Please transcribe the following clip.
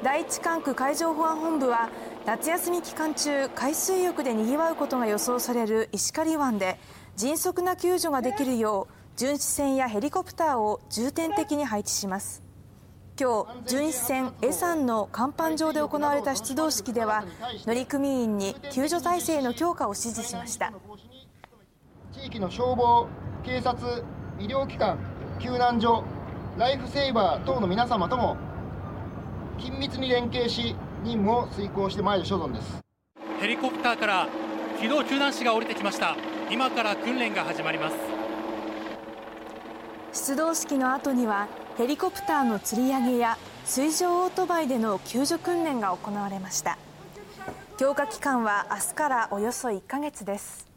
第一管区海上保安本部は夏休み期間中、海水浴でにぎわうことが予想される石狩湾で迅速な救助ができるよう巡視船やヘリコプターを重点的に配置します。今日、巡視船エサンの甲板上で行われた出動式では乗組員に救助体制の強化を指示しました。 地域の消防、警察、医療機関、救難所、ライフセーバー等の皆様とも緊密に連携し任務を遂行してまいる所存です。 ヘリコプターから機動救難士が降りてきました。今から訓練が始まります。 出動式の後にはヘリコプターの吊り上げや水上オートバイでの救助訓練が行われました。強化期間は明日からおよそ1ヶ月です。